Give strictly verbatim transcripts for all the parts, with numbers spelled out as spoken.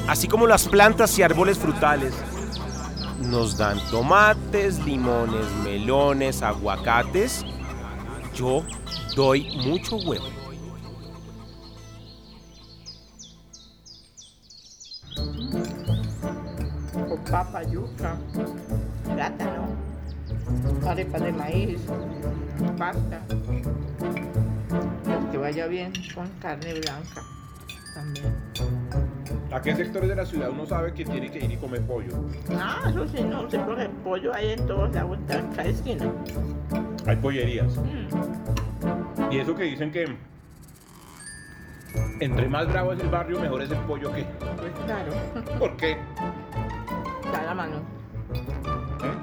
así como las plantas y árboles frutales, nos dan tomates, limones, melones, aguacates, yo doy mucho huevo. Con papa, yuca, plátano, arepa de maíz, pasta. Que vaya bien con carne blanca también. ¿A qué sectores de la ciudad uno sabe que tiene que ir y comer pollo? Ah, eso sí, no sé, porque pollo hay en todos lados, en cada esquina. Hay pollerías. Mm. Y eso que dicen que entre más bravo es el barrio, mejor es el pollo que. Pues claro, ¿Por qué? da la mano. ¿Eh?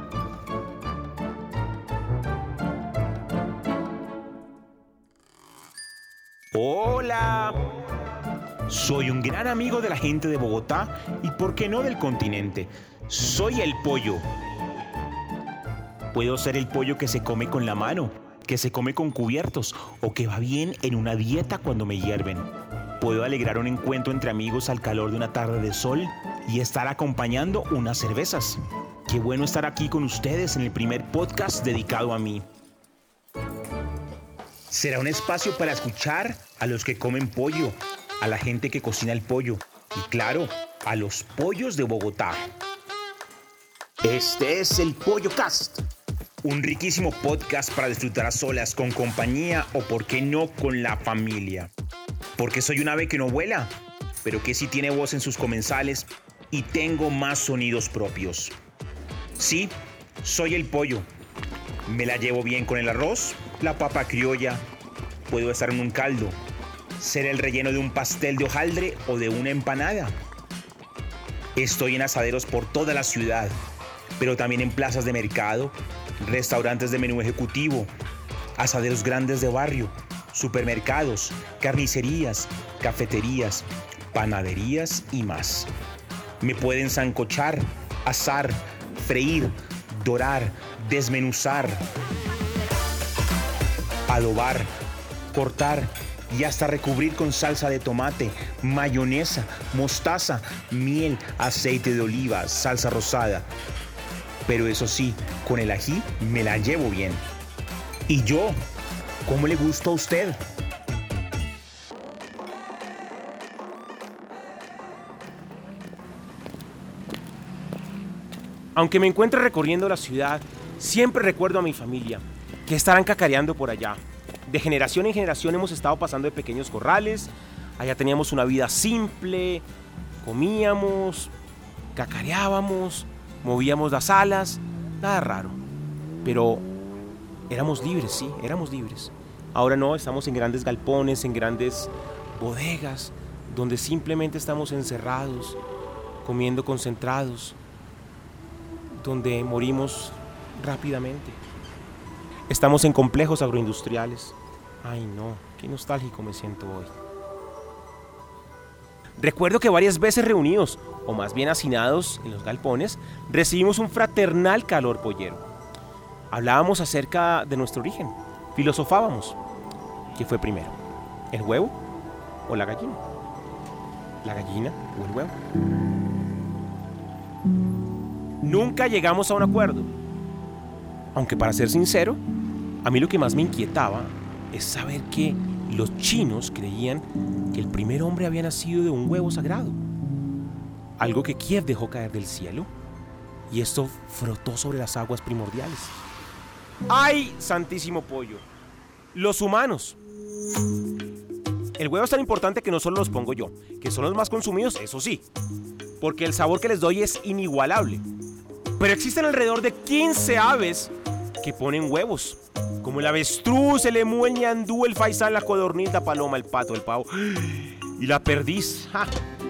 Hola, soy un gran amigo de la gente de Bogotá y por qué no del continente. Soy el pollo. Puedo ser el pollo que se come con la mano, que se come con cubiertos o que va bien en una dieta cuando me hierven. Puedo alegrar un encuentro entre amigos al calor de una tarde de sol y estar acompañando unas cervezas. Qué bueno estar aquí con ustedes en el primer podcast dedicado a mí. Será un espacio para escuchar a los que comen pollo, a la gente que cocina el pollo y, claro, a los pollos de Bogotá. Este es el Pollo Cast, un riquísimo podcast para disfrutar a solas, con compañía o, por qué no, con la familia. Porque soy un ave que no vuela, pero que sí tiene voz en sus comensales y tengo más sonidos propios. Sí, soy el pollo. Me la llevo bien con el arroz, la papa criolla, puedo estar en un caldo, ser el relleno de un pastel de hojaldre o de una empanada. Estoy en asaderos por toda la ciudad, pero también en plazas de mercado, restaurantes de menú ejecutivo, asaderos grandes de barrio, supermercados, carnicerías, cafeterías, panaderías y más. Me pueden sancochar, asar, freír, dorar, desmenuzar, adobar, cortar y hasta recubrir con salsa de tomate, mayonesa, mostaza, miel, aceite de oliva, salsa rosada. Pero eso sí, con el ají me la llevo bien. ¿Y yo? ¿Cómo le gusta a usted? Aunque me encuentre recorriendo la ciudad, siempre recuerdo a mi familia, que estarán cacareando por allá. De generación en generación hemos estado pasando de pequeños corrales, allá teníamos una vida simple, comíamos, cacareábamos, movíamos las alas, nada raro. Pero éramos libres, sí, éramos libres. Ahora no, estamos en grandes galpones, en grandes bodegas, donde simplemente estamos encerrados, comiendo concentrados, donde morimos rápidamente. Estamos en complejos agroindustriales. Ay no, qué nostálgico me siento hoy. Recuerdo que varias veces reunidos, o más bien hacinados en los galpones, recibimos un fraternal calor pollero. Hablábamos acerca de nuestro origen, filosofábamos. ¿Qué fue primero? ¿El huevo o la gallina? ¿La gallina o el huevo? Nunca llegamos a un acuerdo. Aunque, para ser sincero, a mí lo que más me inquietaba es saber que los chinos creían que el primer hombre había nacido de un huevo sagrado. Algo que Kiev dejó caer del cielo y esto frotó sobre las aguas primordiales. ¡Ay, santísimo pollo! Los humanos. El huevo es tan importante que no solo los pongo yo, que son los más consumidos, eso sí, porque el sabor que les doy es inigualable. Pero existen alrededor de quince aves que ponen huevos, como el avestruz, el emú, el ñandú, el faisán, la codorniz, la paloma, el pato, el pavo y la perdiz. ¡Ja!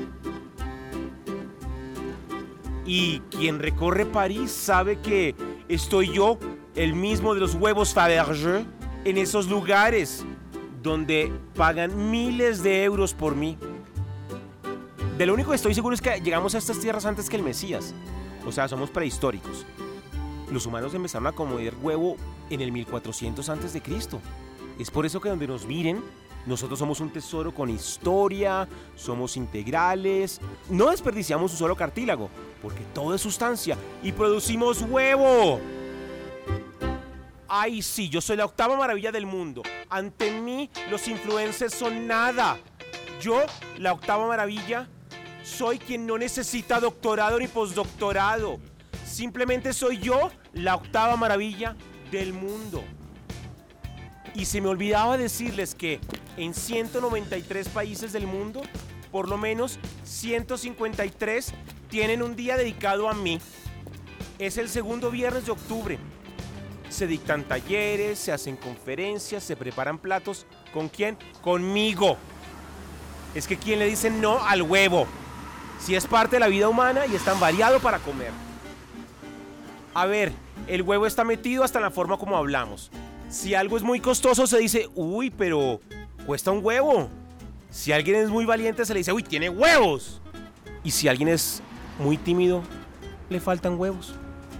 Y quien recorre París sabe que estoy yo, el mismo de los huevos Fabergé, en esos lugares donde pagan miles de euros por mí. De lo único que estoy seguro es que llegamos a estas tierras antes que el Mesías. O sea, somos prehistóricos. Los humanos empezaron a comer huevo en el mil cuatrocientos antes de Cristo. Es por eso que donde nos miren, Nosotros somos un tesoro con historia, somos integrales, no desperdiciamos un solo cartílago, porque todo es sustancia y producimos huevo. Ay, sí, yo soy la octava maravilla del mundo. Ante mí, los influencers son nada. Yo, la octava maravilla, soy quien no necesita doctorado ni postdoctorado. Simplemente soy yo, la octava maravilla del mundo. Y se me olvidaba decirles que en ciento noventa y tres países del mundo, por lo menos ciento cincuenta y tres tienen un día dedicado a mí. Es el segundo viernes de octubre. Se dictan talleres, se hacen conferencias, se preparan platos. ¿Con quién? Conmigo. Es que ¿quién le dice no al huevo? Si es parte de la vida humana y es tan variado para comer. A ver, el huevo está metido hasta en la forma como hablamos. Si algo es muy costoso se dice, uy, pero cuesta un huevo. Si alguien es muy valiente se le dice, uy, tiene huevos. Y si alguien es muy tímido, le faltan huevos.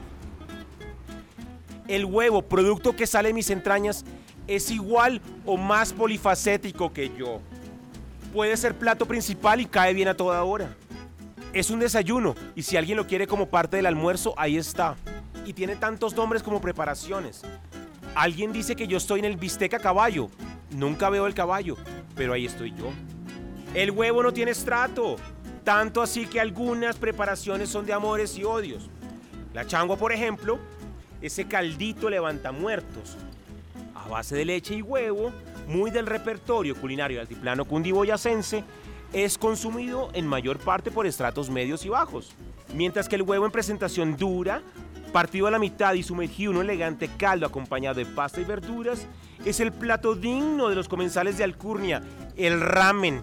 El huevo, producto que sale de mis entrañas, es igual o más polifacético que yo. Puede ser plato principal y cae bien a toda hora. Es un desayuno y si alguien lo quiere como parte del almuerzo, ahí está. Y tiene tantos nombres como preparaciones. Alguien dice que yo estoy en el bistec a caballo. Nunca veo el caballo, pero ahí estoy yo. El huevo no tiene estrato, tanto así que algunas preparaciones son de amores y odios. La changua, por ejemplo, ese caldito levanta muertos, a base de leche y huevo, muy del repertorio culinario del altiplano cundiboyacense, es consumido en mayor parte por estratos medios y bajos. Mientras que el huevo en presentación dura, partido a la mitad y sumergido en un elegante caldo acompañado de pasta y verduras, es el plato digno de los comensales de alcurnia, el ramen.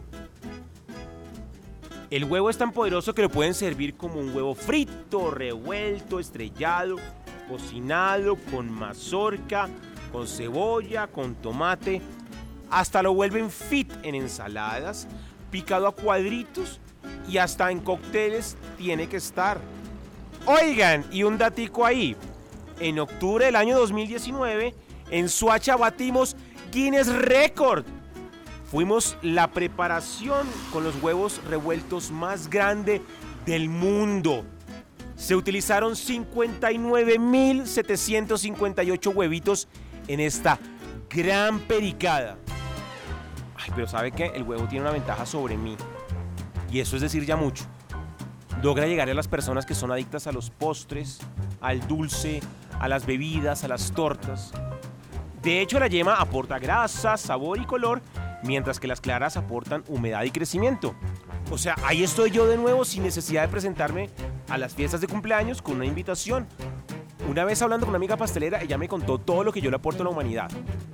El huevo es tan poderoso que lo pueden servir como un huevo frito, revuelto, estrellado, cocinado, con mazorca, con cebolla, con tomate. Hasta lo vuelven fit en ensaladas, picado a cuadritos y hasta en cócteles tiene que estar. Oigan, y un datico ahí. En octubre del año dos mil diecinueve, en Soacha batimos Guinness Record. Fuimos la preparación con los huevos revueltos más grande del mundo. Se utilizaron cincuenta y nueve mil setecientos cincuenta y ocho huevitos en esta gran pericada. Ay, pero ¿sabe qué? El huevo tiene una ventaja sobre mí. Y eso es decir ya mucho. Logra llegar a las personas que son adictas a los postres, al dulce, a las bebidas, a las tortas. De hecho, la yema aporta grasa, sabor y color, mientras que las claras aportan humedad y crecimiento. O sea, ahí estoy yo de nuevo sin necesidad de presentarme a las fiestas de cumpleaños con una invitación. Una vez hablando con una amiga pastelera, ella me contó todo lo que yo le aporto a la humanidad.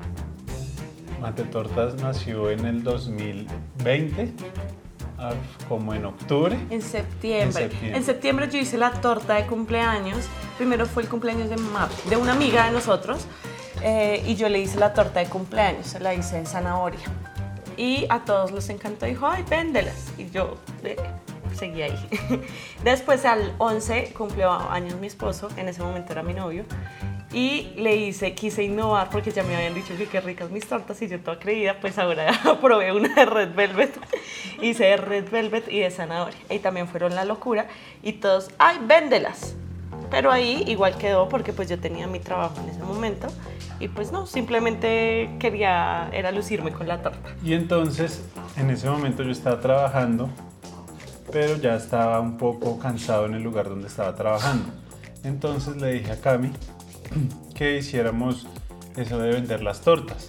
Matetortas nació en el dos mil veinte, como en octubre. En septiembre. en septiembre. En septiembre yo hice la torta de cumpleaños. Primero fue el cumpleaños de, Map, de una amiga de nosotros eh, y yo le hice la torta de cumpleaños, se la hice en zanahoria. Y a todos les encantó, dijo, ay, véndelas. Y yo eh, seguí ahí. Después al once cumplió años mi esposo, en ese momento era mi novio. Y le hice, quise innovar porque ya me habían dicho que qué ricas mis tortas y yo toda creída, pues ahora probé una de Red Velvet. Hice de Red Velvet y de zanahoria. Y también fueron la locura y todos, ay, véndelas. Pero ahí igual quedó porque pues yo tenía mi trabajo en ese momento y pues no, simplemente quería, era lucirme con la torta. Y entonces, en ese momento yo estaba trabajando, pero ya estaba un poco cansado en el lugar donde estaba trabajando. Entonces le dije a Cami que hiciéramos eso de vender las tortas.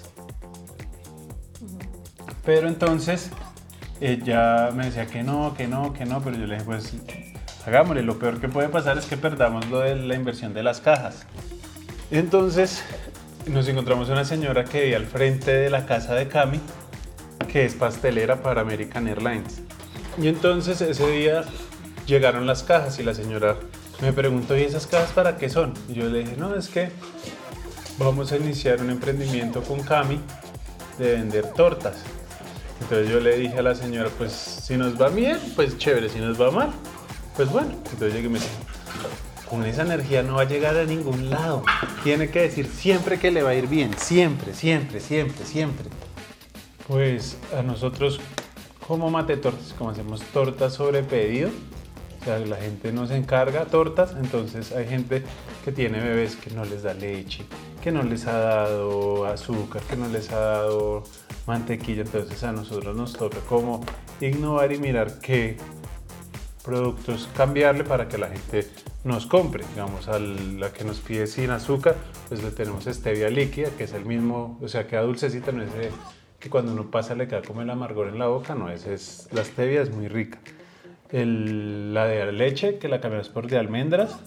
Pero entonces ella me decía que no, que no, que no, pero yo le dije pues hagámosle, lo peor que puede pasar es que perdamos lo de la inversión de las cajas. Entonces nos encontramos una señora que vive al frente de la casa de Cami, que es pastelera para American Airlines. Y entonces ese día llegaron las cajas y la señora me preguntó, ¿y esas cajas para qué son? Y yo le dije, no, es que vamos a iniciar un emprendimiento con Cami de vender tortas. Entonces yo le dije a la señora, pues si nos va bien, pues chévere, si nos va mal, pues bueno. Entonces llegué y me dije, con esa energía no va a llegar a ningún lado. Tiene que decir siempre que le va a ir bien, siempre, siempre, siempre, siempre. Pues a nosotros como Mate Tortas, como hacemos tortas sobre pedido, o sea, la gente nos encarga tortas, entonces hay gente que tiene bebés que no les da leche, que no les ha dado azúcar, que no les ha dado mantequilla, entonces a nosotros nos toca como innovar y mirar qué productos cambiarle para que la gente nos compre. Digamos, a la que nos pide sin azúcar, pues le tenemos stevia líquida, que es el mismo, o sea, queda dulcecita, no es de, que cuando uno pasa le queda como el amargor en la boca, no, ese es, la stevia es muy rica. El, la de leche, que la cambiamos por de almendras,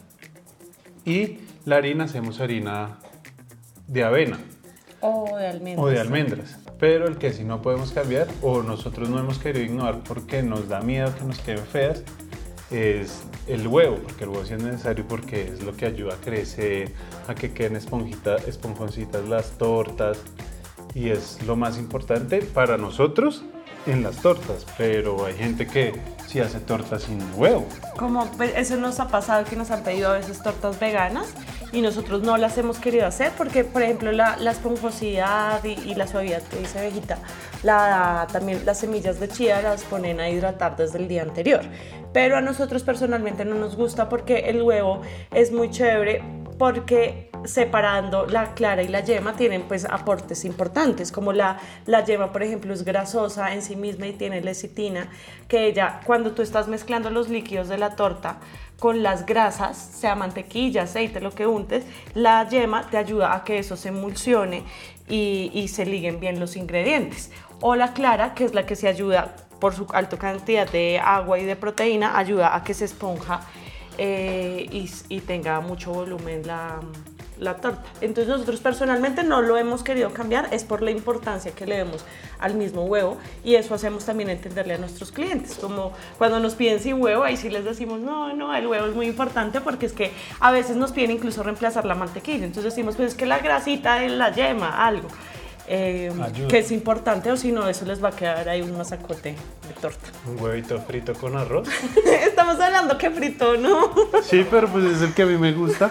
y la harina, hacemos harina de avena. O de almendras. O de almendras. Pero el que sí no podemos cambiar, o nosotros no hemos querido ignorar porque nos da miedo que nos queden feas, es el huevo, porque el huevo sí es necesario porque es lo que ayuda a crecer, a que queden esponjita, esponjoncitas las tortas, y es lo más importante para nosotros en las tortas, pero hay gente que sí hace tortas sin huevo. Como eso nos ha pasado, que nos han pedido a veces tortas veganas y nosotros no las hemos querido hacer porque, por ejemplo, la, la esponjosidad y, y la suavidad que dice Vejita, la, también las semillas de chía las ponen a hidratar desde el día anterior. Pero a nosotros personalmente no nos gusta porque el huevo es muy chévere, porque separando la clara y la yema tienen pues aportes importantes, como la, la yema, por ejemplo, es grasosa en sí misma y tiene lecitina, que ella, cuando tú estás mezclando los líquidos de la torta con las grasas, sea mantequilla, aceite, lo que untes, la yema te ayuda a que eso se emulsione y, y se liguen bien los ingredientes. O la clara, que es la que se ayuda por su alta cantidad de agua y de proteína, ayuda a que se esponja eh, y, y tenga mucho volumen la, la torta. Entonces nosotros personalmente no lo hemos querido cambiar, es por la importancia que le demos al mismo huevo, y eso hacemos también entenderle a nuestros clientes, como cuando nos piden sin huevo, ahí sí les decimos no, no, el huevo es muy importante, porque es que a veces nos piden incluso reemplazar la mantequilla, entonces decimos pues es que la grasita de la yema, algo Eh, que es importante, o si no eso les va a quedar ahí un masacote de torta. Un huevito frito con arroz. Estamos hablando que frito, ¿no? Sí, pero pues es el que a mí me gusta.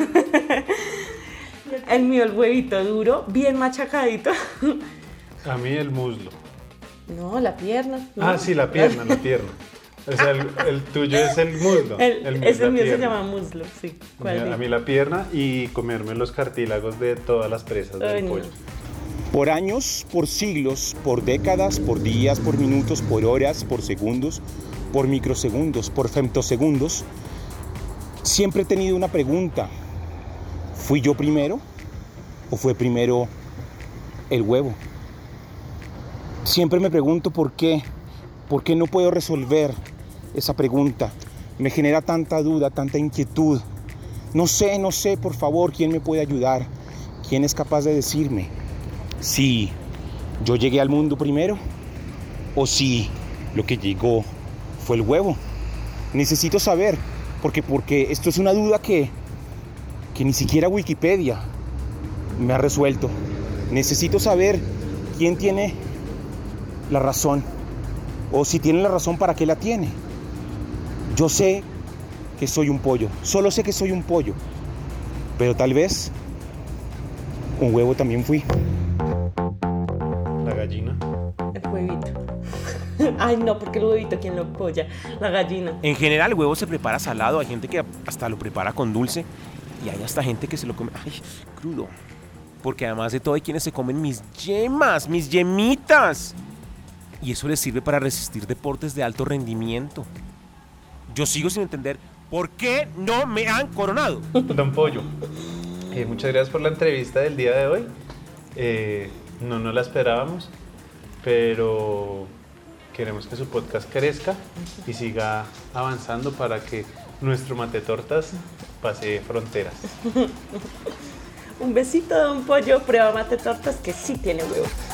El mío, el huevito duro, bien machacadito. A mí el muslo. No, la pierna. ¿no? Ah, sí, la pierna, la pierna. O sea, el, el tuyo es el muslo. El, el mío es el mío pierna. se llama muslo, sí. ¿Cuál A mí la pierna y comerme los cartílagos de todas las presas del Ay, no. pollo. Por años, por siglos, por décadas, por días, por minutos, por horas, por segundos, por microsegundos, por femtosegundos, siempre he tenido una pregunta. ¿Fui yo primero o fue primero el huevo? Siempre me pregunto por qué, por qué no puedo resolver esa pregunta. Me genera tanta duda, tanta inquietud. No sé, no sé, por favor, ¿quién me puede ayudar? ¿Quién es capaz de decirme si yo llegué al mundo primero o si lo que llegó fue el huevo? Necesito saber, porque, porque esto es una duda que, que ni siquiera Wikipedia me ha resuelto. Necesito saber quién tiene la razón, o si tiene la razón, ¿para qué la tiene? Yo sé que soy un pollo, solo sé que soy un pollo, pero tal vez un huevo también fui. La gallina. El huevito. Ay, no, porque el huevito, ¿quién lo apoya? La gallina. En general el huevo se prepara salado, hay gente que hasta lo prepara con dulce y hay hasta gente que se lo come, ay, crudo. Porque además de todo hay quienes se comen mis yemas, mis yemitas. Y eso les sirve para resistir deportes de alto rendimiento. Yo sigo sin entender por qué no me han coronado. Don Pollo, eh, muchas gracias por la entrevista del día de hoy. Eh, no nos la esperábamos, pero queremos que su podcast crezca y siga avanzando para que nuestro Mate Tortas pase fronteras. Un besito de un pollo, prueba Mate Tortas que sí tiene huevo.